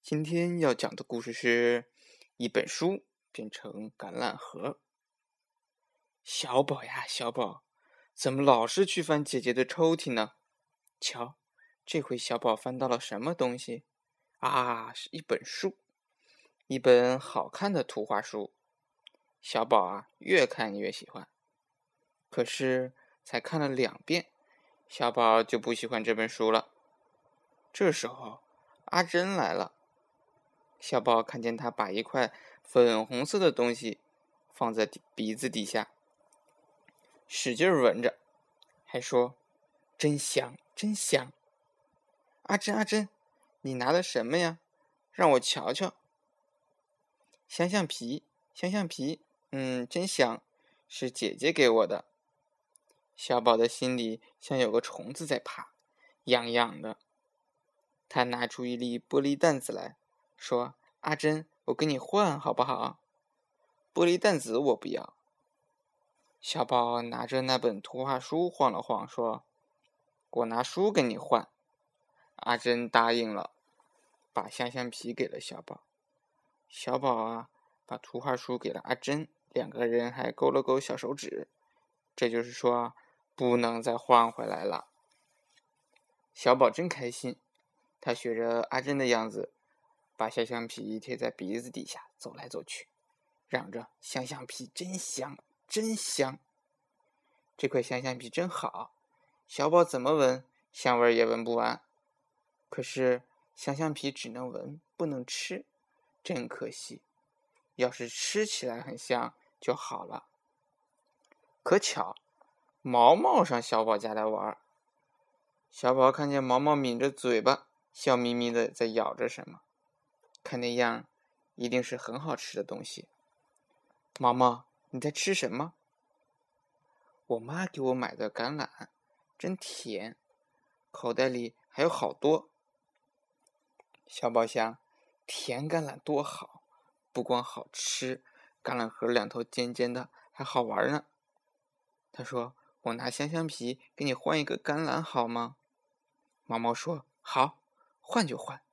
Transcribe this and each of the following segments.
今天要讲的故事是一本书变成橄榄核。小宝呀，小宝，怎么老是去翻姐姐的抽屉呢？瞧，这回小宝翻到了什么东西？啊，是一本书，一本好看的图画书。小宝啊，越看越喜欢。可是才看了2遍，小宝就不喜欢这本书了。这时候，阿珍来了。小宝看见他把一块粉红色的东西放在鼻子底下，使劲闻着，还说：“真香，真香！”阿珍，阿珍，你拿的什么呀？让我瞧瞧。香橡皮，香橡皮，真香，是姐姐给我的。小宝的心里像有个虫子在爬，痒痒的。他拿出一粒玻璃弹子来，说：“阿珍，我跟你换好不好？”玻璃弹子我不要。小宝拿着那本图画书晃了晃，说：“我拿书跟你换。”阿珍答应了，把香橡皮给了小宝。小宝啊，把图画书给了阿珍，2个人还勾了勾小手指。这就是说，不能再换回来了。小宝真开心，他学着阿珍的样子，把香橡皮贴在鼻子底下走来走去，嚷着：“香橡皮真香，真香！这块香橡皮真好。”小宝怎么闻，香味也闻不完。可是香橡皮只能闻，不能吃，真可惜。要是吃起来很香就好了。可巧，毛毛上小宝家来玩。小宝看见毛毛抿着嘴巴，笑眯眯的在咬着什么，看那样一定是很好吃的东西。毛毛，你在吃什么？我妈给我买的橄榄，真甜，口袋里还有好多。小宝想，甜橄榄多好，不光好吃，橄榄核2头尖尖的，还好玩呢。他说：“我拿香橡皮给你换一个橄榄好吗？”毛毛说：“好，换就换。”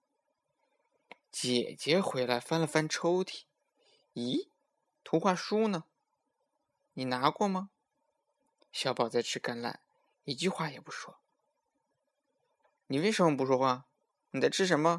姐姐回来翻了翻抽屉，咦，图画书呢？你拿过吗？小宝在吃橄榄，一句话也不说。你为什么不说话？你在吃什么？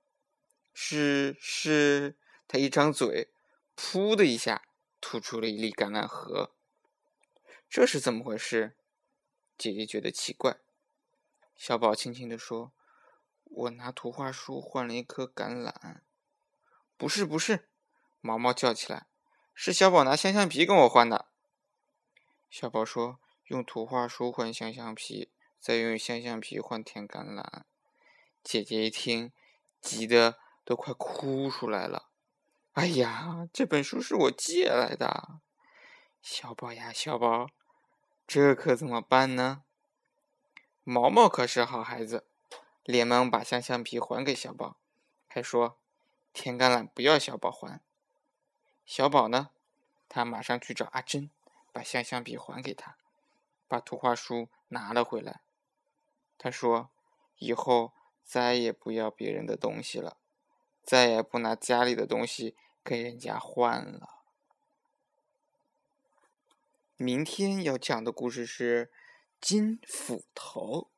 是，他一张嘴，噗的一下吐出了一粒橄榄核。这是怎么回事？姐姐觉得奇怪。小宝轻轻地说：“我拿图画书换了一颗橄榄。”不是，毛毛叫起来，是小宝拿香橡皮跟我换的。小宝说：“用图画书换香橡皮，再用香橡皮换甜橄榄。”姐姐一听，急得都快哭出来了。哎呀，这本书是我借来的。小宝呀，小宝，这可怎么办呢？毛毛可是好孩子，连忙把香橡皮还给小宝，还说：“甜橄榄不要小宝还。”小宝呢，他马上去找阿珍，把香橡皮还给他，把图画书拿了回来。他说：“以后再也不要别人的东西了，再也不拿家里的东西跟人家换了。”明天要讲的故事是金斧头。